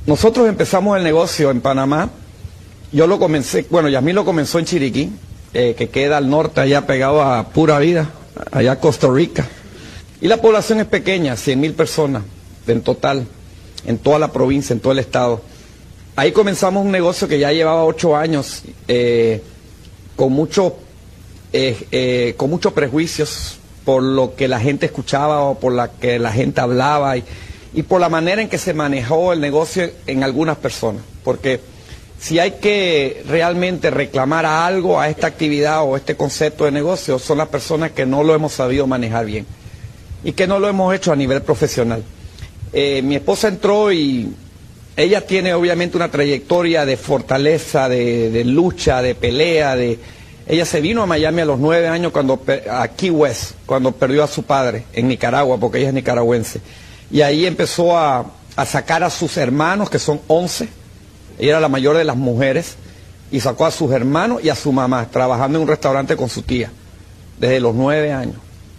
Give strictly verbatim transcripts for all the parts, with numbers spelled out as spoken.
nosotros empezamos el negocio en Panamá. Yo lo comencé, bueno, Yasmín lo comenzó en Chiriquí, eh, que queda al norte, allá pegado a Pura Vida, allá a Costa Rica. Y la población es pequeña, cien mil personas en total, en toda la provincia, en todo el estado. Ahí comenzamos un negocio que ya llevaba ocho años, eh, con, mucho, eh, eh, con muchos prejuicios por lo que la gente escuchaba o por la que la gente hablaba y, y por la manera en que se manejó el negocio en algunas personas. Porque si hay que realmente reclamar a algo, a esta actividad o este concepto de negocio, son las personas que no lo hemos sabido manejar bien y que no lo hemos hecho a nivel profesional. Eh, mi esposa entró y ella tiene obviamente una trayectoria de fortaleza, de, de lucha, de pelea. De... Ella se vino a Miami a los nueve años, cuando a Key West, cuando perdió a su padre en Nicaragua, porque ella es nicaragüense. Y ahí empezó a, a sacar a sus hermanos, que son once. Ella era la mayor de las mujeres, y sacó a sus hermanos y a su mamá, trabajando en un restaurante con su tía, desde los nueve años.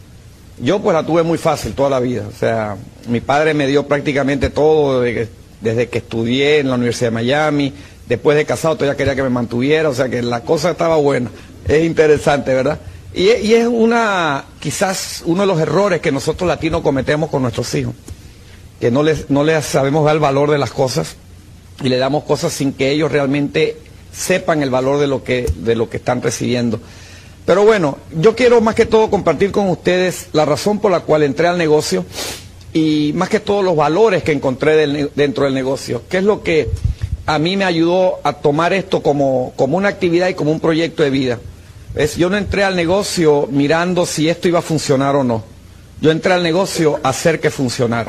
Yo pues la tuve muy fácil toda la vida. O sea, mi padre me dio prácticamente todo desde que, desde que estudié en la Universidad de Miami. Después de casado todavía quería que me mantuviera, o sea que la cosa estaba buena. Es interesante, ¿verdad? Y, y es una, quizás uno de los errores que nosotros latinos cometemos con nuestros hijos, que no les, no les sabemos dar el valor de las cosas y le damos cosas sin que ellos realmente sepan el valor de lo que, de lo que están recibiendo. Pero bueno, yo quiero más que todo compartir con ustedes la razón por la cual entré al negocio y más que todo los valores que encontré del, dentro del negocio, que es lo que a mí me ayudó a tomar esto como, como una actividad y como un proyecto de vida. ¿Ves? Yo no entré al negocio mirando si esto iba a funcionar o no. Yo entré al negocio a hacer que funcionara.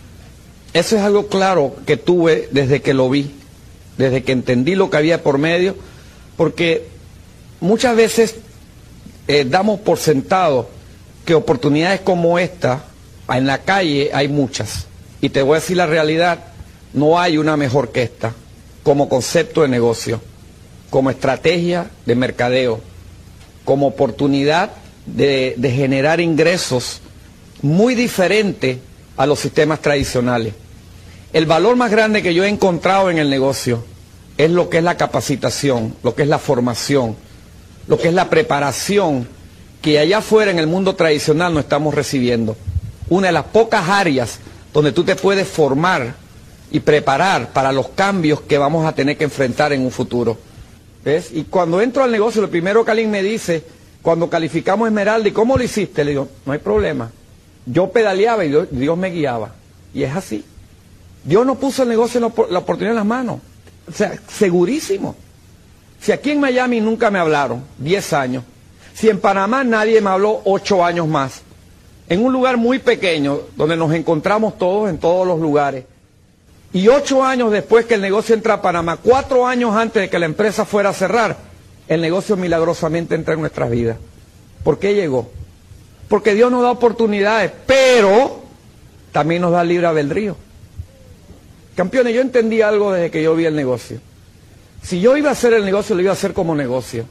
Eso es algo claro que tuve desde que lo vi, desde que entendí lo que había por medio, porque muchas veces eh, damos por sentado que oportunidades como esta, en la calle hay muchas. Y te voy a decir la realidad, no hay una mejor que esta, como concepto de negocio, como estrategia de mercadeo, como oportunidad de, de generar ingresos muy diferente a los sistemas tradicionales. El valor más grande que yo he encontrado en el negocio es lo que es la capacitación, lo que es la formación, lo que es la preparación que allá afuera en el mundo tradicional no estamos recibiendo. Una de las pocas áreas donde tú te puedes formar y preparar para los cambios que vamos a tener que enfrentar en un futuro. ¿Ves? Y cuando entro al negocio, lo primero que alguien me dice, cuando calificamos Esmeralda, ¿y cómo lo hiciste? Le digo, no hay problema. Yo pedaleaba y Dios, Dios me guiaba. Y es así. Dios no puso el negocio, la, la oportunidad en las manos. O sea, segurísimo. Si aquí en Miami nunca me hablaron, diez años. Si en Panamá nadie me habló, ocho años más. En un lugar muy pequeño, donde nos encontramos todos en todos los lugares. Y ocho años después que el negocio entra a Panamá, cuatro años antes de que la empresa fuera a cerrar, el negocio milagrosamente entra en nuestras vidas. ¿Por qué llegó? Porque Dios nos da oportunidades, pero también nos da libre albedrío. Campeones, yo entendí algo desde que yo vi el negocio. Si yo iba a hacer el negocio, lo iba a hacer como negocio.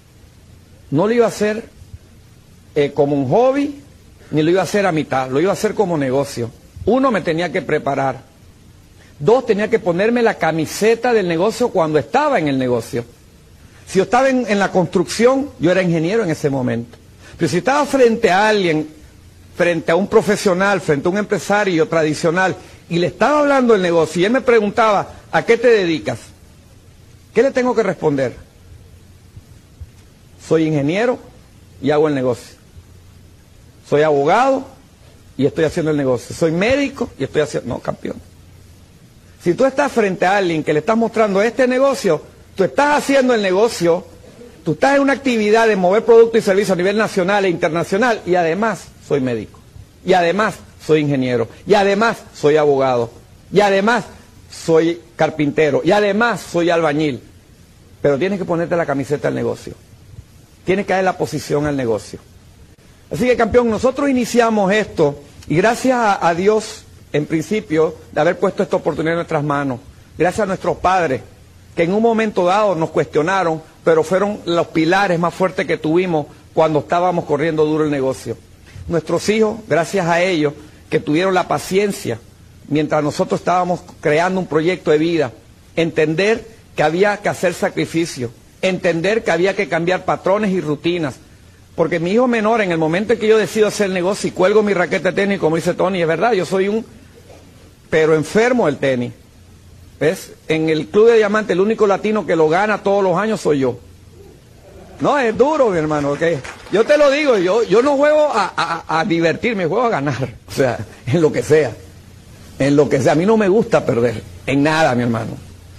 No lo iba a hacer eh, como un hobby, ni lo iba a hacer a mitad, lo iba a hacer como negocio. Uno, me tenía que preparar. Dos, tenía que ponerme la camiseta del negocio cuando estaba en el negocio. Si yo estaba en, en la construcción, yo era ingeniero en ese momento. Pero si estaba frente a alguien, frente a un profesional, frente a un empresario tradicional, y le estaba hablando del negocio, y él me preguntaba, ¿a qué te dedicas? ¿Qué le tengo que responder? Soy ingeniero y hago el negocio. Soy abogado y estoy haciendo el negocio. Soy médico y estoy haciendo... No, campeón. Si tú estás frente a alguien que le estás mostrando este negocio, tú estás haciendo el negocio, tú estás en una actividad de mover productos y servicios a nivel nacional e internacional, y además soy médico, y además soy ingeniero, y además soy abogado, y además soy carpintero, y además soy albañil. Pero tienes que ponerte la camiseta al negocio, tienes que dar la posición al negocio. Así que, campeón, nosotros iniciamos esto, y gracias a, a Dios, en principio, de haber puesto esta oportunidad en nuestras manos, gracias a nuestros padres, que en un momento dado nos cuestionaron, pero fueron los pilares más fuertes que tuvimos cuando estábamos corriendo duro el negocio. Nuestros hijos, gracias a ellos, que tuvieron la paciencia mientras nosotros estábamos creando un proyecto de vida, entender que había que hacer sacrificio, entender que había que cambiar patrones y rutinas, porque mi hijo menor, en el momento en que yo decido hacer el negocio y cuelgo mi raqueta de tenis, como dice Tony, es verdad, yo soy un pero enfermo del tenis. ¿Ves? En el Club de Diamante, el único latino que lo gana todos los años soy yo. No, es duro, mi hermano, ¿ok? Yo te lo digo, yo, yo no juego a, a, a divertirme, juego a ganar, o sea, en lo que sea, en lo que sea. A mí no me gusta perder, en nada, mi hermano.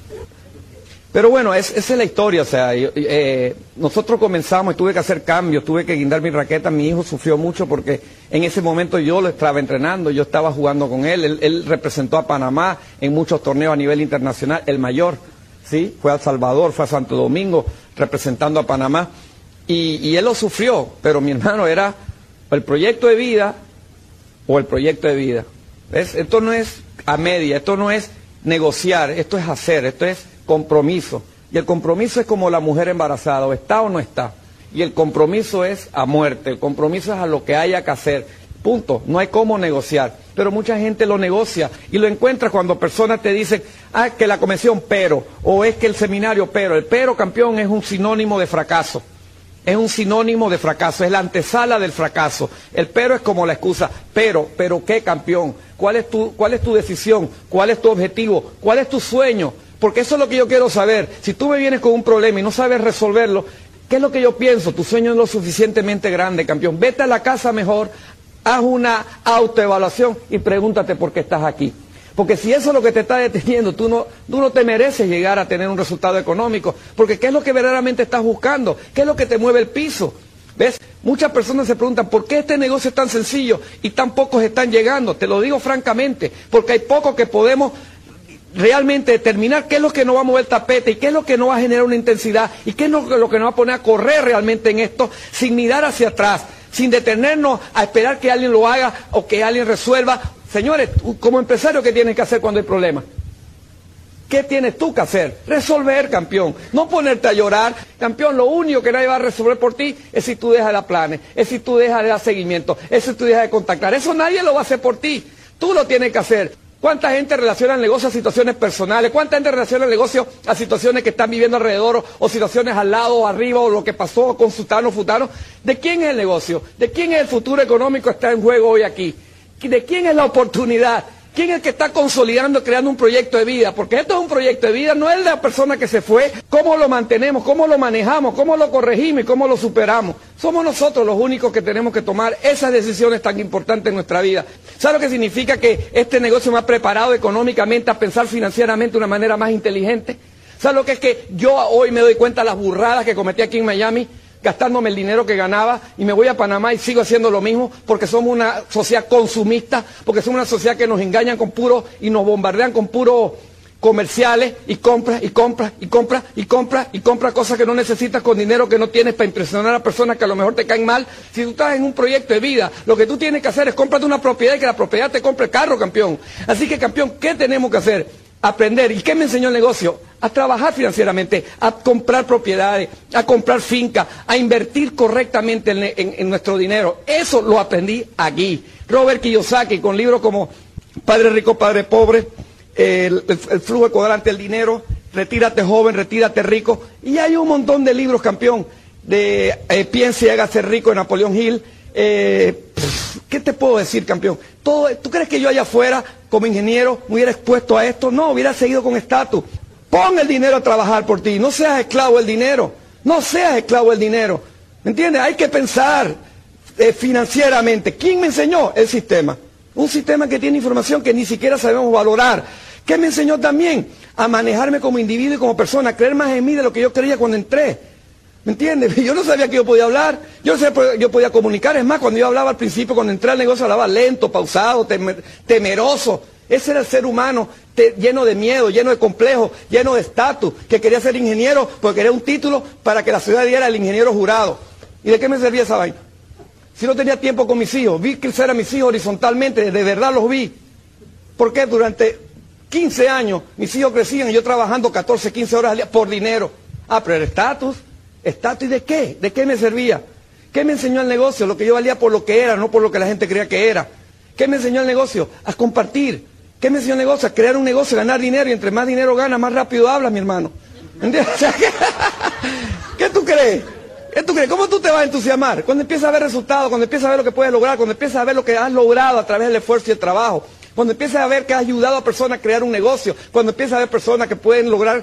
Pero bueno, es, esa es la historia, o sea, yo, eh, nosotros comenzamos y tuve que hacer cambios, tuve que guindar mi raqueta, mi hijo sufrió mucho porque en ese momento yo lo estaba entrenando, yo estaba jugando con él, él, él representó a Panamá en muchos torneos a nivel internacional, el mayor, ¿sí? Fue a El Salvador, fue a Santo Domingo representando a Panamá y, y él lo sufrió, pero mi hermano era el proyecto de vida o el proyecto de vida. ¿Ves? Esto no es a media, esto no es negociar, esto es hacer, esto es compromiso. Y el compromiso es como la mujer embarazada, o está o no está. Y el compromiso es a muerte, el compromiso es a lo que haya que hacer. Punto. No hay cómo negociar. Pero mucha gente lo negocia y lo encuentra cuando personas te dicen, ah, que la convención pero, o es que el seminario pero. El pero, campeón, es un sinónimo de fracaso. Es un sinónimo de fracaso, es la antesala del fracaso. El pero es como la excusa. Pero, pero ¿qué, campeón? ¿Cuál es tu, cuál es tu decisión? ¿Cuál es tu objetivo? ¿Cuál es tu sueño? Porque eso es lo que yo quiero saber. Si tú me vienes con un problema y no sabes resolverlo, ¿qué es lo que yo pienso? Tu sueño es lo suficientemente grande, campeón. Vete a la casa mejor, haz una autoevaluación y pregúntate por qué estás aquí. Porque si eso es lo que te está deteniendo, tú no, tú no te mereces llegar a tener un resultado económico. Porque ¿qué es lo que verdaderamente estás buscando? ¿Qué es lo que te mueve el piso? ¿Ves? Muchas personas se preguntan, ¿por qué este negocio es tan sencillo y tan pocos están llegando? Te lo digo francamente, porque hay pocos que podemos realmente determinar qué es lo que nos va a mover el tapete y qué es lo que nos va a generar una intensidad y qué es lo que, lo que nos va a poner a correr realmente en esto sin mirar hacia atrás, sin detenernos a esperar que alguien lo haga o que alguien resuelva. Señores, como empresario, ¿qué tienes que hacer cuando hay problemas? ¿Qué tienes tú que hacer? Resolver, campeón. No ponerte a llorar. Campeón, lo único que nadie va a resolver por ti es si tú dejas de dar planes, es si tú dejas de dar seguimiento, es si tú dejas de contactar. Eso nadie lo va a hacer por ti. Tú lo tienes que hacer. ¿Cuánta gente relaciona el negocio a situaciones personales? ¿Cuánta gente relaciona el negocio a situaciones que están viviendo alrededor o, o situaciones al lado o arriba o lo que pasó con sutano, futano? ¿De quién es el negocio? ¿De quién es el futuro económico que está en juego hoy aquí? ¿De quién es la oportunidad? ¿Quién es el que está consolidando, creando un proyecto de vida? Porque esto es un proyecto de vida, no es de la persona que se fue. ¿Cómo lo mantenemos? ¿Cómo lo manejamos? ¿Cómo lo corregimos? ¿Y cómo lo superamos? Somos nosotros los únicos que tenemos que tomar esas decisiones tan importantes en nuestra vida. ¿Sabe lo que significa que este negocio me ha preparado económicamente a pensar financieramente de una manera más inteligente? ¿Sabe lo que es que yo hoy me doy cuenta de las burradas que cometí aquí en Miami? Gastándome el dinero que ganaba y me voy a Panamá y sigo haciendo lo mismo porque somos una sociedad consumista, porque somos una sociedad que nos engañan con puro y nos bombardean con puros comerciales y compras y compras y compras y compras y compras cosas que no necesitas con dinero que no tienes para impresionar a personas que a lo mejor te caen mal. Si tú estás en un proyecto de vida, lo que tú tienes que hacer es cómprate una propiedad y que la propiedad te compre el carro, campeón. Así que, campeón, ¿qué tenemos que hacer? Aprender. ¿Y qué me enseñó el negocio? A trabajar financieramente, a comprar propiedades, a comprar fincas, a invertir correctamente en, en, en nuestro dinero. Eso lo aprendí aquí. Robert Kiyosaki, con libros como Padre Rico, Padre Pobre, eh, el, el, el flujo de cuadrante del dinero, Retírate joven, retírate rico. Y hay un montón de libros, campeón, de eh, Piense y hágase rico, de Napoleón Hill. Eh, ¿Qué te puedo decir, campeón? Todo, ¿tú crees que yo allá afuera, como ingeniero, me hubiera expuesto a esto? No, hubiera seguido con estatus. Pon el dinero a trabajar por ti, no seas esclavo del dinero, no seas esclavo del dinero. ¿Me entiendes? Hay que pensar eh, financieramente. ¿Quién me enseñó? El sistema. Un sistema que tiene información que ni siquiera sabemos valorar. ¿Qué me enseñó también? A manejarme como individuo y como persona, a creer más en mí de lo que yo creía cuando entré. ¿Me entiendes? Yo no sabía que yo podía hablar, yo no sabía que yo podía comunicar. Es más, cuando yo hablaba al principio, cuando entré al negocio, hablaba lento, pausado, temer, temeroso. Ese era el ser humano, te, lleno de miedo, lleno de complejos, lleno de estatus, que quería ser ingeniero porque quería un título para que la ciudad diera el ingeniero jurado. ¿Y de qué me servía esa vaina? Si no tenía tiempo con mis hijos, vi crecer a mis hijos horizontalmente, de verdad los vi. ¿Por qué? Durante quince años mis hijos crecían y yo trabajando catorce, quince horas al día por dinero. Ah, pero el estatus... ¿Estatus y de qué? ¿De qué me servía? ¿Qué me enseñó el negocio? Lo que yo valía por lo que era, no por lo que la gente creía que era. ¿Qué me enseñó el negocio? A compartir. ¿Qué me enseñó el negocio? A crear un negocio, ganar dinero, y entre más dinero gana, más rápido hablas, mi hermano. ¿Entiendes? O sea, ¿qué, ¿qué tú crees? ¿Qué tú crees? ¿Cómo tú te vas a entusiasmar? Cuando empiezas a ver resultados, cuando empiezas a ver lo que puedes lograr, cuando empiezas a ver lo que has logrado a través del esfuerzo y el trabajo, cuando empiezas a ver que has ayudado a personas a crear un negocio, cuando empiezas a ver personas que pueden lograr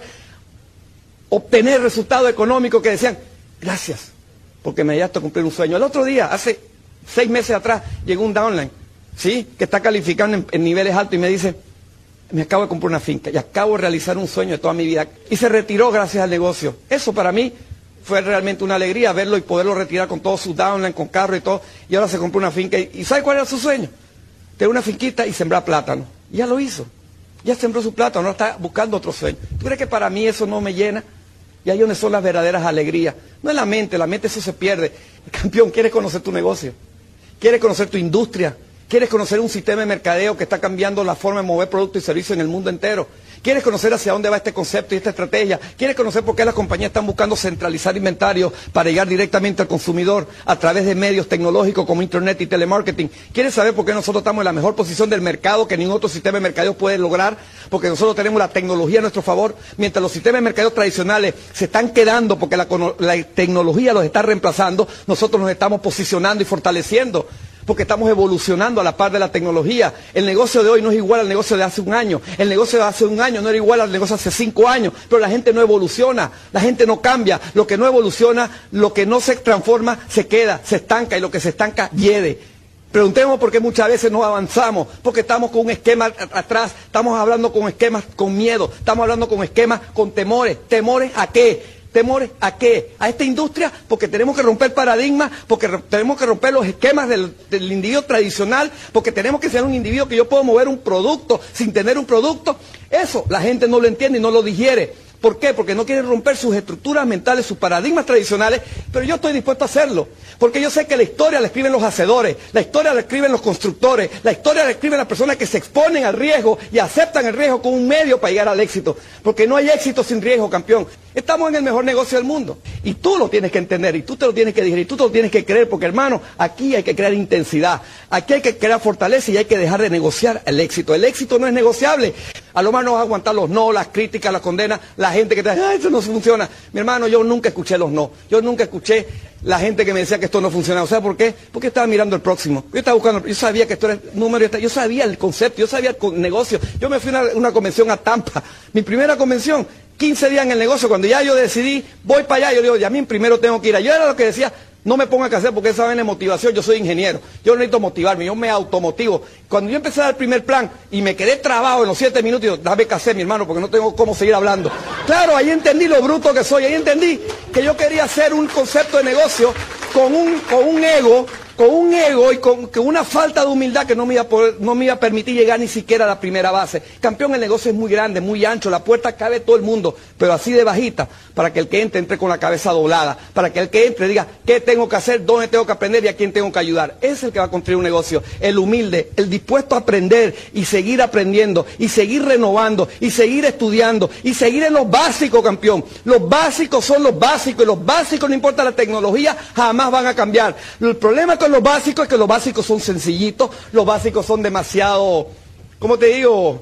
obtener resultados económicos que decían, gracias, porque me ayudaste a cumplir un sueño. El otro día, hace seis meses atrás, llegó un downline, ¿sí?, que está calificando en, en niveles altos y me dice, me acabo de comprar una finca y acabo de realizar un sueño de toda mi vida. Y se retiró gracias al negocio. Eso para mí fue realmente una alegría, verlo y poderlo retirar con todos sus downline, con carro y todo. Y ahora se compró una finca. ¿Y, y sabe cuál era su sueño? Tener una finquita y sembrar plátano. Y ya lo hizo. Ya sembró su plátano, ahora está buscando otro sueño. ¿Tú crees que para mí eso no me llena? Y ahí es donde son las verdaderas alegrías. No es la mente, la mente eso se pierde. Campeón, ¿quieres conocer tu negocio? ¿Quieres conocer tu industria? ¿Quieres conocer un sistema de mercadeo que está cambiando la forma de mover productos y servicios en el mundo entero? ¿Quieres conocer hacia dónde va este concepto y esta estrategia? ¿Quieres conocer por qué las compañías están buscando centralizar inventario para llegar directamente al consumidor a través de medios tecnológicos como Internet y telemarketing? ¿Quieres saber por qué nosotros estamos en la mejor posición del mercado que ningún otro sistema de mercadeo puede lograr? Porque nosotros tenemos la tecnología a nuestro favor, mientras los sistemas de mercadeo tradicionales se están quedando porque la, la tecnología los está reemplazando, nosotros nos estamos posicionando y fortaleciendo, porque estamos evolucionando a la par de la tecnología. El negocio de hoy no es igual al negocio de hace un año. El negocio de hace un año no era igual al negocio de hace cinco años. Pero la gente no evoluciona, la gente no cambia. Lo que no evoluciona, lo que no se transforma, se queda, se estanca, y lo que se estanca, hiede. Preguntemos por qué muchas veces no avanzamos, porque estamos con un esquema atrás, estamos hablando con esquemas con miedo, estamos hablando con esquemas con temores. ¿Temores a qué? ¿Temores a qué? ¿A esta industria? Porque tenemos que romper paradigmas, porque tenemos que romper los esquemas del, del individuo tradicional, porque tenemos que ser un individuo que yo puedo mover un producto sin tener un producto. Eso la gente no lo entiende y no lo digiere. ¿Por qué? Porque no quieren romper sus estructuras mentales, sus paradigmas tradicionales, pero yo estoy dispuesto a hacerlo, porque yo sé que la historia la escriben los hacedores, la historia la escriben los constructores, la historia la escriben las personas que se exponen al riesgo y aceptan el riesgo como un medio para llegar al éxito, porque no hay éxito sin riesgo, campeón. Estamos en el mejor negocio del mundo, y tú lo tienes que entender, y tú te lo tienes que digerir, y tú te lo tienes que creer, porque hermano, aquí hay que crear intensidad, aquí hay que crear fortaleza y hay que dejar de negociar el éxito. El éxito no es negociable. A lo más no vas a aguantar los no, las críticas, las condenas, la gente que te dice, ay, eso no funciona. Mi hermano, yo nunca escuché los no. Yo nunca escuché la gente que me decía que esto no funcionaba. ¿Sabes por qué? Porque estaba mirando el próximo. Yo estaba buscando, yo sabía que esto era número, yo sabía el concepto, yo sabía el negocio. Yo me fui a una, una convención a Tampa, mi primera convención, quince días en el negocio. Cuando ya yo decidí, voy para allá, yo digo, ya a mí primero tengo que ir. Yo era lo que decía, no me ponga que hacer porque esa vaina es motivación, yo soy ingeniero, yo no necesito motivarme, yo me automotivo. Cuando yo empecé a dar el primer plan y me quedé trabado en los siete minutos, digo, dame que hacer, mi hermano, porque no tengo cómo seguir hablando. Claro, ahí entendí lo bruto que soy, ahí entendí que yo quería hacer un concepto de negocio con un, con un ego, con un ego y con, con una falta de humildad que no me, iba a poder, no me iba a permitir llegar ni siquiera a la primera base. Campeón, el negocio es muy grande, muy ancho, la puerta cabe todo el mundo, pero así de bajita, para que el que entre, entre con la cabeza doblada, para que el que entre diga, ¿qué tengo que hacer? ¿Dónde tengo que aprender? ¿Y a quién tengo que ayudar? Ese es el que va a construir un negocio, el humilde, el dispuesto a aprender y seguir aprendiendo, y seguir renovando, y seguir estudiando, y seguir en los básicos, campeón. Los básicos son los básicos, y los básicos, no importa la tecnología, jamás van a cambiar. El problema con los básicos es que los básicos son sencillitos, los básicos son demasiado, ¿cómo te digo?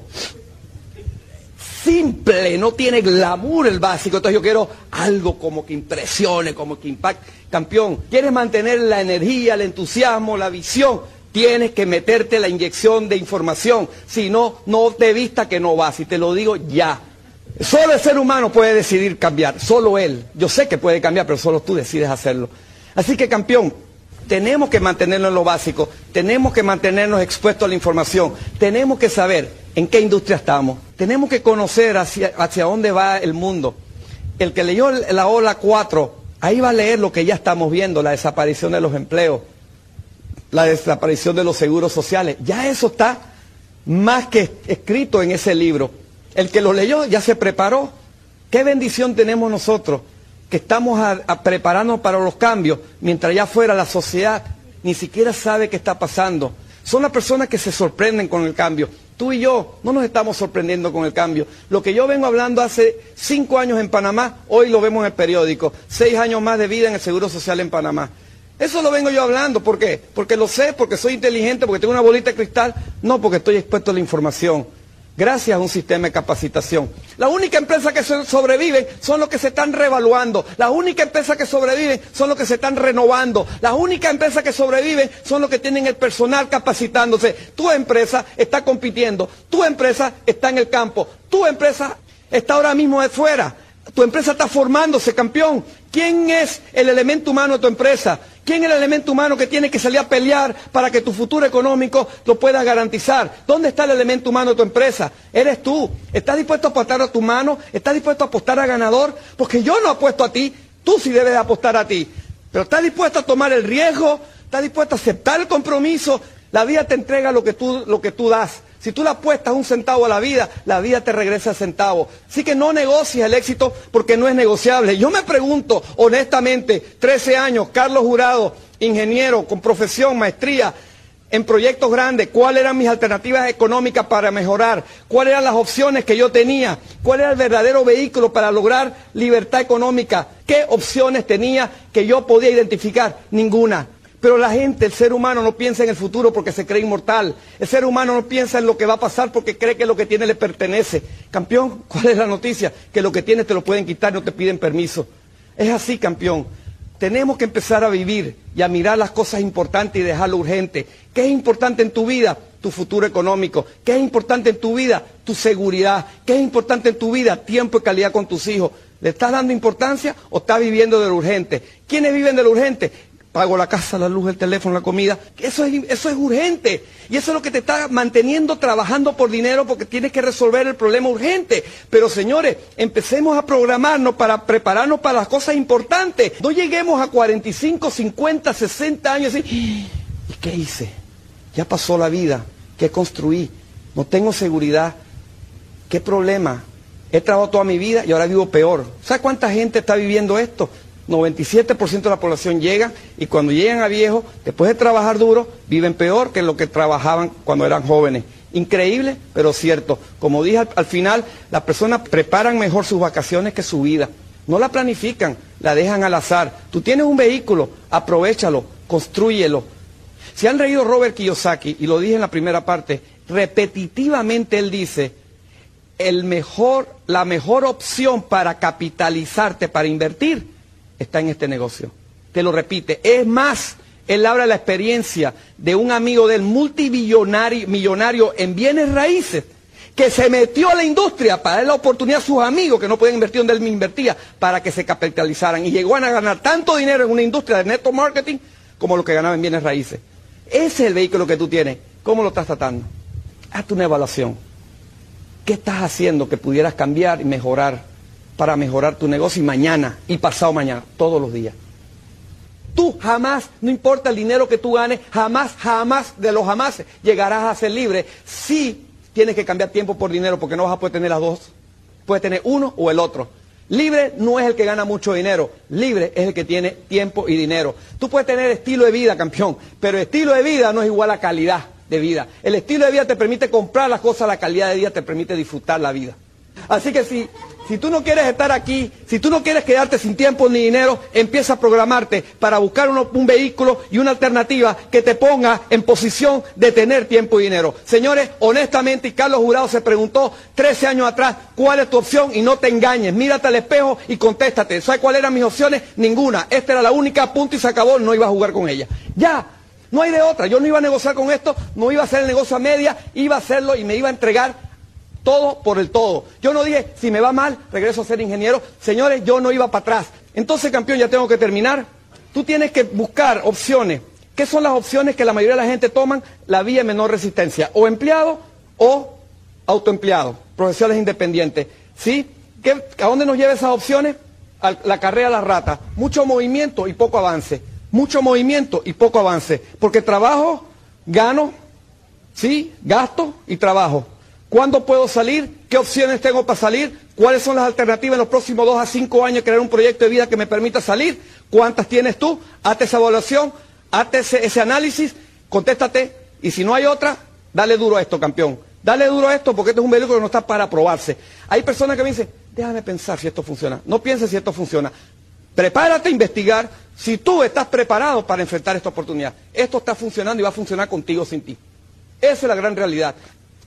Simple, no tiene glamour el básico. Entonces yo quiero algo como que impresione, como que impacte. Campeón, ¿quieres mantener la energía, el entusiasmo, la visión? Tienes que meterte la inyección de información, si no, no te vista que no vas, y te lo digo ya. Solo el ser humano puede decidir cambiar, solo él. Yo sé que puede cambiar, pero solo tú decides hacerlo. Así que, campeón, tenemos que mantenernos en lo básico, tenemos que mantenernos expuestos a la información, tenemos que saber en qué industria estamos, tenemos que conocer hacia, hacia dónde va el mundo. El que leyó la ola cuatro, ahí va a leer lo que ya estamos viendo, la desaparición de los empleos, la desaparición de los seguros sociales. Ya eso está más que escrito en ese libro. El que lo leyó ya se preparó. ¿Qué bendición tenemos nosotros? Que estamos a, a prepararnos para los cambios, mientras allá afuera la sociedad ni siquiera sabe qué está pasando. Son las personas que se sorprenden con el cambio. Tú y yo no nos estamos sorprendiendo con el cambio. Lo que yo vengo hablando hace cinco años en Panamá, hoy lo vemos en el periódico. Seis años más de vida en el Seguro Social en Panamá. Eso lo vengo yo hablando. ¿Por qué? Porque lo sé, porque soy inteligente, porque tengo una bolita de cristal. No, porque estoy expuesto a la información. gracias a un sistema de capacitación. La única empresa que sobrevive son los que se están revaluando. La única empresa que sobrevive son los que se están renovando. La única empresa que sobrevive son los que tienen el personal capacitándose. Tu empresa está compitiendo. Tu empresa está en el campo. Tu empresa está ahora mismo de fuera. Tu empresa está formándose, campeón. ¿Quién es el elemento humano de tu empresa? ¿Quién es el elemento humano que tiene que salir a pelear para que tu futuro económico lo puedas garantizar? ¿Dónde está el elemento humano de tu empresa? Eres tú. ¿Estás dispuesto a apostar a tu mano? ¿Estás dispuesto a apostar a ganador? Porque yo no apuesto a ti, tú sí debes apostar a ti. Pero ¿estás dispuesto a tomar el riesgo? ¿Estás dispuesto a aceptar el compromiso? La vida te entrega lo que tú, lo que tú das. Si tú le apuestas un centavo a la vida, la vida te regresa el centavo. Así que no negocies el éxito porque no es negociable. Yo me pregunto, honestamente, trece años, Carlos Jurado, ingeniero con profesión, maestría, en proyectos grandes, ¿cuáles eran mis alternativas económicas para mejorar? ¿Cuáles eran las opciones que yo tenía? ¿Cuál era el verdadero vehículo para lograr libertad económica? ¿Qué opciones tenía que yo podía identificar? Ninguna. Pero la gente, el ser humano no piensa en el futuro porque se cree inmortal. El ser humano no piensa en lo que va a pasar porque cree que lo que tiene le pertenece. Campeón, ¿cuál es la noticia? Que lo que tienes te lo pueden quitar, no te piden permiso. Es así, campeón. Tenemos que empezar a vivir y a mirar las cosas importantes y dejar lo urgente. ¿Qué es importante en tu vida? Tu futuro económico. ¿Qué es importante en tu vida? Tu seguridad. ¿Qué es importante en tu vida? Tiempo y calidad con tus hijos. ¿Le estás dando importancia o estás viviendo de lo urgente? ¿Quiénes viven de lo urgente? Pago la casa, la luz, el teléfono, la comida. Eso es, eso es urgente. Y eso es lo que te está manteniendo trabajando por dinero porque tienes que resolver el problema urgente. Pero señores, empecemos a programarnos para prepararnos para las cosas importantes. No lleguemos a cuarenta y cinco, cincuenta, sesenta años y ¿y qué hice? Ya pasó la vida. ¿Qué construí? No tengo seguridad. ¿Qué problema? He trabajado toda mi vida y ahora vivo peor. ¿Sabes cuánta gente está viviendo esto? noventa y siete por ciento de la población llega y cuando llegan a viejos, después de trabajar duro, viven peor que lo que trabajaban cuando eran jóvenes. Increíble, pero cierto. Como dije al, al final, las personas preparan mejor sus vacaciones que su vida. No la planifican, la dejan al azar. Tú tienes un vehículo, aprovéchalo, constrúyelo. Si han leído Robert Kiyosaki, y lo dije en la primera parte, repetitivamente él dice, el mejor, la mejor opción para capitalizarte, para invertir, está en este negocio. Te lo repite. Es más, él habla de la experiencia de un amigo del multimillonario millonario en bienes raíces que se metió a la industria para dar la oportunidad a sus amigos que no podían invertir donde él invertía para que se capitalizaran y llegó a ganar tanto dinero en una industria de network marketing como lo que ganaba en bienes raíces. Ese es el vehículo que tú tienes. ¿Cómo lo estás tratando? Hazte una evaluación. ¿Qué estás haciendo que pudieras cambiar y mejorar para mejorar tu negocio y mañana y pasado mañana, todos los días? Tú jamás, no importa el dinero que tú ganes, jamás, jamás de los jamás llegarás a ser libre si tienes que cambiar tiempo por dinero porque no vas a poder tener las dos. Puedes tener uno o el otro. Libre no es el que gana mucho dinero, libre es el que tiene tiempo y dinero. Tú puedes tener estilo de vida, campeón, pero estilo de vida no es igual a calidad de vida. El estilo de vida te permite comprar las cosas, la calidad de vida te permite disfrutar la vida. Así que si, si tú no quieres estar aquí, si tú no quieres quedarte sin tiempo ni dinero, empieza a programarte para buscar uno, un vehículo y una alternativa que te ponga en posición de tener tiempo y dinero. Señores, honestamente, y Carlos Jurado se preguntó trece años atrás, ¿cuál es tu opción? Y no te engañes, mírate al espejo y contéstate. ¿Sabes cuáles eran mis opciones? Ninguna. Esta era la única, punto y se acabó, no iba a jugar con ella. Ya. No hay de otra. Yo no iba a negociar con esto, no iba a hacer el negocio a media, iba a hacerlo y me iba a entregar todo por el todo. Yo no dije, si me va mal, regreso a ser ingeniero. Señores, yo no iba para atrás. Entonces, campeón, ya tengo que terminar. Tú tienes que buscar opciones. ¿Qué son las opciones que la mayoría de la gente toman? La vía de menor resistencia. O empleado o autoempleado. Profesionales independientes. ¿Sí? ¿Qué, ¿A dónde nos lleva esas opciones? A la carrera a la rata. Mucho movimiento y poco avance. Mucho movimiento y poco avance. Porque trabajo, gano, ¿sí? Gasto y trabajo. ¿Cuándo puedo salir? ¿Qué opciones tengo para salir? ¿Cuáles son las alternativas en los próximos dos a cinco años? Crear un proyecto de vida que me permita salir. ¿Cuántas tienes tú? Hazte esa evaluación, hazte ese, ese análisis, contéstate. Y si no hay otra, dale duro a esto, campeón. Dale duro a esto porque este es un vehículo que no está para probarse. Hay personas que me dicen, déjame pensar si esto funciona. No pienses si esto funciona. Prepárate a investigar si tú estás preparado para enfrentar esta oportunidad. Esto está funcionando y va a funcionar contigo sin ti. Esa es la gran realidad.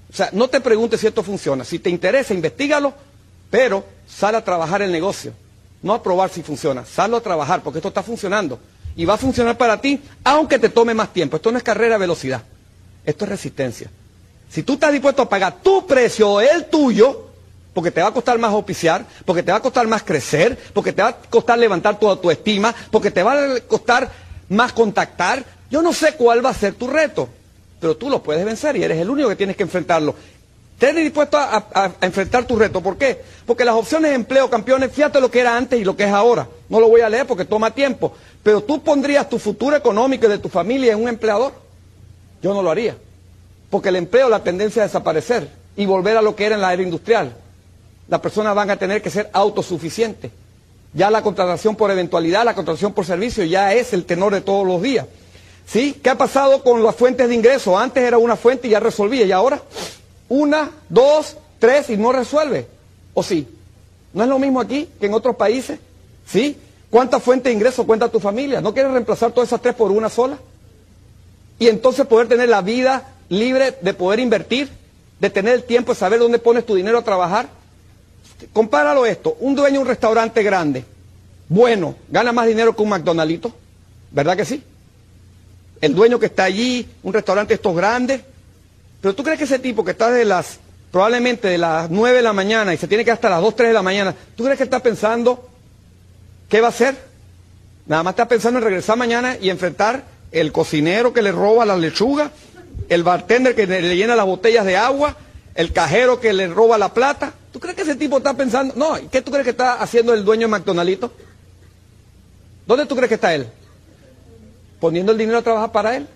O sea, no te preguntes si esto funciona. Si te interesa, investígalo, pero sal a trabajar el negocio. No a probar si funciona, sallo a trabajar porque esto está funcionando. Y va a funcionar para ti, aunque te tome más tiempo. Esto no es carrera a velocidad, esto es resistencia. Si tú estás dispuesto a pagar tu precio o el tuyo, porque te va a costar más auspiciar, porque te va a costar más crecer, porque te va a costar levantar tu autoestima, porque te va a costar más contactar, yo no sé cuál va a ser tu reto, pero tú lo puedes vencer y eres el único que tienes que enfrentarlo. Estés dispuesto a, a, a enfrentar tu reto. ¿Por qué? Porque las opciones de empleo, campeones, fíjate lo que era antes y lo que es ahora. No lo voy a leer porque toma tiempo. Pero tú pondrías tu futuro económico y de tu familia en un empleador. Yo no lo haría. Porque el empleo, la tendencia a desaparecer y volver a lo que era en la era industrial. Las personas van a tener que ser autosuficientes. Ya la contratación por eventualidad, la contratación por servicio ya es el tenor de todos los días. ¿Sí? ¿Qué ha pasado con las fuentes de ingreso? Antes era una fuente y ya resolvía, y ahora una, dos, tres y no resuelve. ¿O sí? ¿No es lo mismo aquí que en otros países? ¿Sí? ¿Cuántas fuentes de ingreso cuenta tu familia? ¿No quieres reemplazar todas esas tres por una sola? Y entonces poder tener la vida libre de poder invertir, de tener el tiempo de saber dónde pones tu dinero a trabajar. Compáralo esto, un dueño de un restaurante grande, bueno, gana más dinero que un McDonaldito, ¿verdad que sí? El dueño que está allí, un restaurante de estos grandes. Pero tú crees que ese tipo que está de las, probablemente de las nueve de la mañana y se tiene que ir hasta las dos, tres de la mañana, ¿tú crees que está pensando qué va a hacer? Nada más está pensando en regresar mañana y enfrentar el cocinero que le roba la lechuga, el bartender que le llena las botellas de agua, el cajero que le roba la plata. ¿Tú crees que ese tipo está pensando? No, ¿qué tú crees que está haciendo el dueño de McDonaldito? ¿Dónde tú crees que está él? Poniendo el dinero a trabajar para él.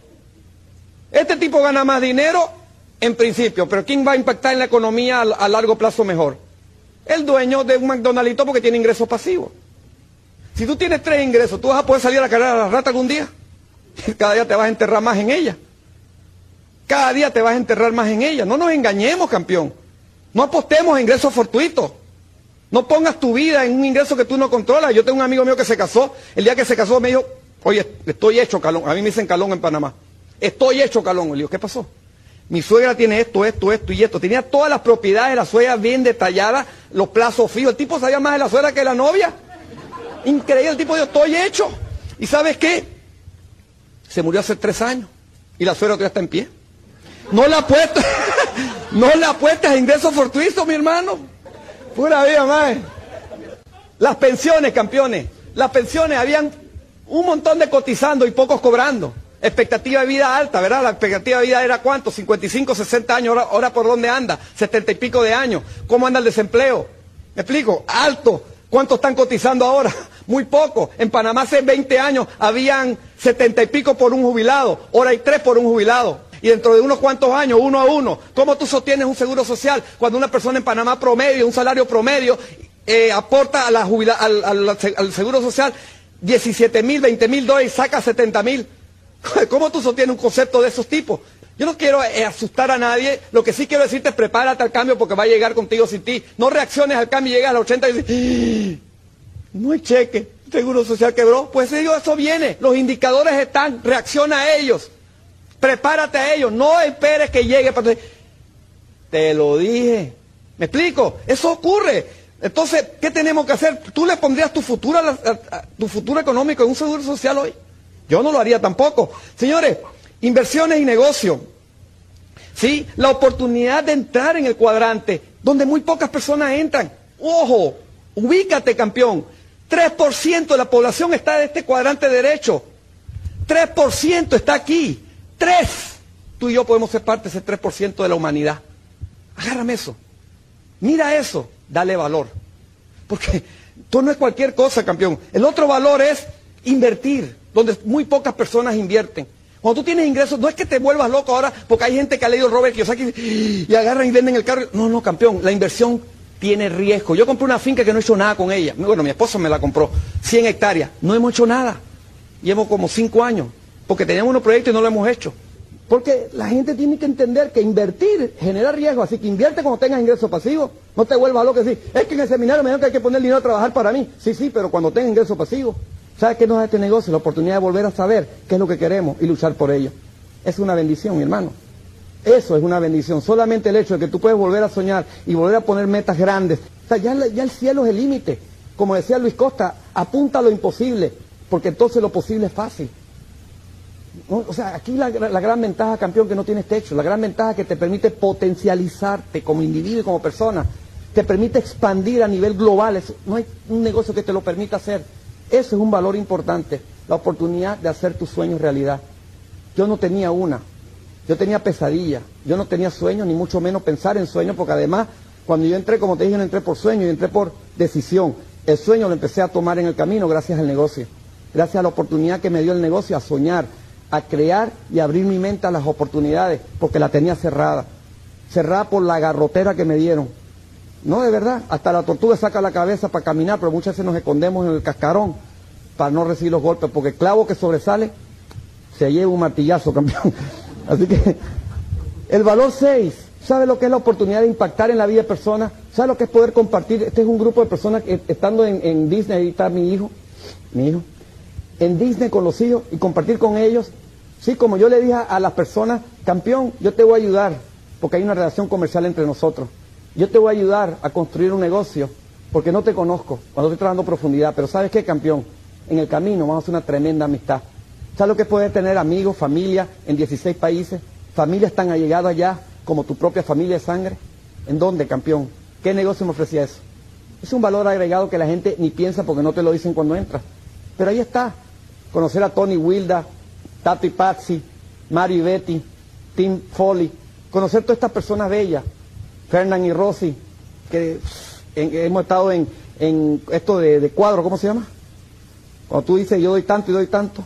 Este tipo gana más dinero en principio, pero ¿quién va a impactar en la economía a, a largo plazo mejor? El dueño de un McDonaldito porque tiene ingresos pasivos. Si tú tienes tres ingresos, ¿tú vas a poder salir a la carrera de la rata algún día? Cada día te vas a enterrar más en ella. Cada día te vas a enterrar más en ella. No nos engañemos, campeón. No apostemos a ingresos fortuitos. No pongas tu vida en un ingreso que tú no controlas. Yo tengo un amigo mío que se casó. El día que se casó me dijo, oye, estoy hecho calón. A mí me dicen calón en Panamá. Estoy hecho calón. Le digo, ¿qué pasó? Mi suegra tiene esto, esto, esto y esto. Tenía todas las propiedades de la suegra bien detalladas, los plazos fijos. El tipo sabía más de la suegra que de la novia. Increíble. El tipo dijo, estoy hecho. ¿Y sabes qué? Se murió hace tres años. Y la suegra todavía está en pie. No la apuestas, no la apuestas a ingresos fortuitos, mi hermano. Pura vida, más. Las pensiones, campeones. Las pensiones, habían un montón de cotizando y pocos cobrando. Expectativa de vida alta, ¿verdad? La expectativa de vida era ¿cuánto? cincuenta y cinco, sesenta años. Ahora, ahora ¿por dónde anda? setenta y pico de años. ¿Cómo anda el desempleo? ¿Me explico? Alto. ¿Cuántos están cotizando ahora? Muy poco. En Panamá hace veinte años habían setenta y pico por un jubilado. Ahora hay tres por un jubilado. Y dentro de unos cuantos años, uno a uno. ¿Cómo tú sostienes un seguro social cuando una persona en Panamá promedio, un salario promedio, eh, aporta a la jubila, al, al, al seguro social diecisiete mil, veinte mil dólares y saca setenta mil? ¿Cómo tú sostienes un concepto de esos tipos? Yo no quiero eh, asustar a nadie. Lo que sí quiero decirte es prepárate al cambio porque va a llegar contigo sin ti. No reacciones al cambio y llegas a los ochenta y dices, no hay cheque, el seguro social quebró. Pues digo, eso viene. Los indicadores están, reacciona a ellos. Prepárate a ellos, no esperes que llegue. Para... Te lo dije. ¿Me explico? Eso ocurre. Entonces, ¿qué tenemos que hacer? ¿Tú le pondrías tu futuro, a la, a, a, tu futuro económico en un seguro social hoy? Yo no lo haría tampoco. Señores, inversiones y negocio. ¿Sí? La oportunidad de entrar en el cuadrante, donde muy pocas personas entran. Ojo, ubícate, campeón. tres por ciento de la población está de este cuadrante derecho. tres por ciento está aquí. Tres. Tú y yo podemos ser parte de ese tres por ciento de la humanidad. Agárrame eso. Mira eso. Dale valor. Porque esto no es cualquier cosa, campeón. El otro valor es invertir, donde muy pocas personas invierten. Cuando tú tienes ingresos, no es que te vuelvas loco ahora, porque hay gente que ha leído Robert Kiyosaki y agarran y venden el carro. No, no, campeón. La inversión tiene riesgo. Yo compré una finca que no he hecho nada con ella. Bueno, mi esposa me la compró. cien hectáreas. No hemos hecho nada. Llevo como cinco años. Porque teníamos unos proyectos y no lo hemos hecho. Porque la gente tiene que entender que invertir genera riesgo. Así que invierte cuando tengas ingresos pasivos. No te vuelvas loco y decir, es que en el seminario me dijeron que hay que poner dinero a trabajar para mí. Sí, sí, pero cuando tengas ingresos pasivos. ¿Sabes qué nos da este negocio? La oportunidad de volver a saber qué es lo que queremos y luchar por ello. Es una bendición, mi hermano. Eso es una bendición. Solamente el hecho de que tú puedes volver a soñar y volver a poner metas grandes. O sea, ya, ya el cielo es el límite. Como decía Luis Costa, apunta a lo imposible, porque entonces lo posible es fácil. ¿No? O sea, aquí la, la gran ventaja, campeón, que no tienes techo. La gran ventaja que te permite potencializarte como individuo y como persona. Te permite expandir a nivel global. Es, no hay un negocio que te lo permita hacer. Eso es un valor importante. La oportunidad de hacer tus sueños realidad. Yo no tenía una. Yo tenía pesadilla. Yo no tenía sueños, ni mucho menos pensar en sueños, porque además, cuando yo entré, como te dije, no entré por sueño, yo entré por decisión. El sueño lo empecé a tomar en el camino gracias al negocio. Gracias a la oportunidad que me dio el negocio a soñar, a crear y abrir mi mente a las oportunidades, porque la tenía cerrada. Cerrada por la garrotera que me dieron. No, de verdad, hasta la tortuga saca la cabeza para caminar, pero muchas veces nos escondemos en el cascarón para no recibir los golpes, porque el clavo que sobresale se lleva un martillazo, campeón. Así que el valor seis, ¿sabe lo que es la oportunidad de impactar en la vida de personas? ¿Sabe lo que es poder compartir? Este es un grupo de personas que estando en, en Disney, ahí está mi hijo, mi hijo, en Disney con los hijos y compartir con ellos. Sí, como yo le dije a las personas, campeón, yo te voy a ayudar, porque hay una relación comercial entre nosotros. Yo te voy a ayudar a construir un negocio, porque no te conozco, cuando estoy trabajando profundidad, pero ¿sabes qué, campeón? En el camino vamos a hacer una tremenda amistad. ¿Sabes lo que es poder tener amigos, familia en dieciséis países? Familias tan allegadas ya como tu propia familia de sangre. ¿En dónde, campeón? ¿Qué negocio me ofrecía eso? Es un valor agregado que la gente ni piensa porque no te lo dicen cuando entras. Pero ahí está. Conocer a Tony Wilda, Tato y Patsy, Mario y Betty, Tim Foley. Conocer todas estas personas bellas. Fernán y Rosy, que en, hemos estado en, en esto de, de cuadro, ¿cómo se llama? Cuando tú dices yo doy tanto y doy tanto.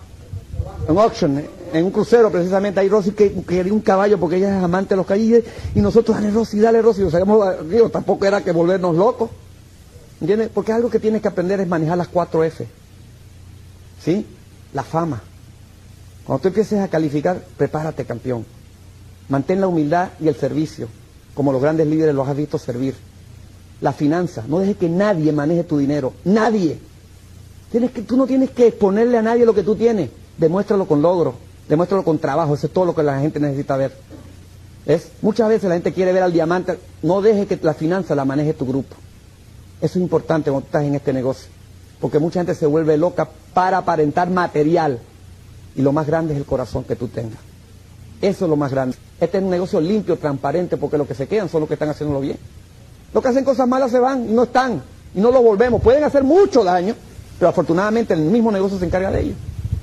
En auction, en un crucero precisamente, ahí Rosy que quería un caballo porque ella es amante de los caballos y nosotros, dale Rosy, dale Rosy, o sea, digo, tampoco era que volvernos locos, ¿entiendes? Porque algo que tienes que aprender es manejar las cuatro F, ¿sí? La fama. Cuando tú empieces a calificar, prepárate, campeón. Mantén la humildad y el servicio, como los grandes líderes los has visto servir. La finanza, no dejes que nadie maneje tu dinero, nadie. Tienes que, tú no tienes que exponerle a nadie lo que tú tienes. Demuéstralo con logro, demuéstralo con trabajo, eso es todo lo que la gente necesita ver. ¿Ves? Muchas veces la gente quiere ver al diamante, no deje que la finanza la maneje tu grupo. Eso es importante cuando estás en este negocio, porque mucha gente se vuelve loca para aparentar material, y lo más grande es el corazón que tú tengas. Eso es lo más grande. Este es un negocio limpio, transparente, porque los que se quedan son los que están haciéndolo bien. Los que hacen cosas malas se van y no están, y no lo volvemos. Pueden hacer mucho daño, pero afortunadamente el mismo negocio se encarga de ellos.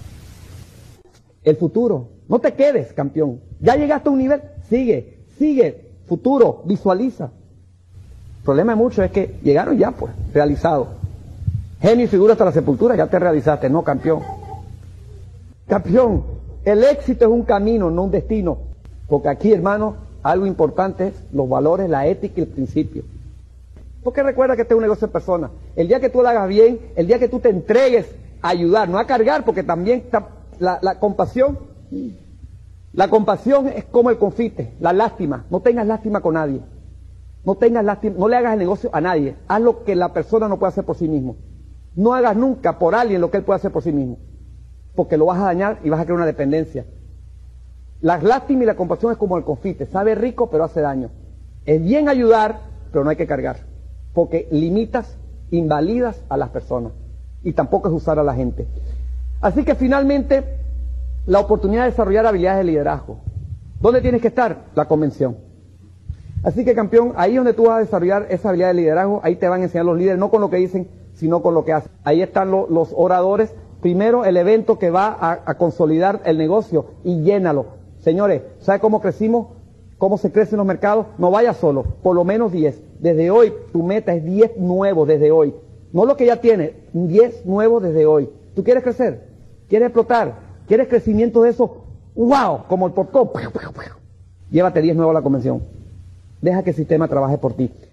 El futuro. No te quedes, campeón. Ya llegaste a un nivel, sigue, sigue. Futuro, visualiza. El problema de muchos es que llegaron ya, pues, realizados. Genio y figura hasta la sepultura, ya te realizaste. No, campeón. Campeón, el éxito es un camino, no un destino. Porque aquí, hermano, algo importante es los valores, la ética y el principio. Porque recuerda que este es un negocio de personas. El día que tú lo hagas bien, el día que tú te entregues a ayudar, no a cargar, porque también está la, la compasión. La compasión es como el confite, la lástima. No tengas lástima con nadie. No tengas lástima, no le hagas el negocio a nadie. Haz lo que la persona no puede hacer por sí mismo. No hagas nunca por alguien lo que él puede hacer por sí mismo. Porque lo vas a dañar y vas a crear una dependencia. La lástima y la compasión es como el confite. Sabe rico, pero hace daño. Es bien ayudar, pero no hay que cargar. Porque limitas, invalidas a las personas. Y tampoco es usar a la gente. Así que finalmente, la oportunidad de desarrollar habilidades de liderazgo. ¿Dónde tienes que estar? La convención. Así que, campeón, ahí donde tú vas a desarrollar esa habilidad de liderazgo, ahí te van a enseñar los líderes, no con lo que dicen, sino con lo que hacen. Ahí están lo, los oradores. Primero, el evento que va a, a consolidar el negocio y llénalo. Señores, ¿sabe cómo crecimos? ¿Cómo se crece en los mercados? No vayas solo, por lo menos diez. Desde hoy, tu meta es diez nuevos desde hoy. No lo que ya tienes, diez nuevos desde hoy. ¿Tú quieres crecer? ¿Quieres explotar? ¿Quieres crecimiento de eso? ¡Wow! Como el popcorn. Llévate diez nuevos a la convención. Deja que el sistema trabaje por ti.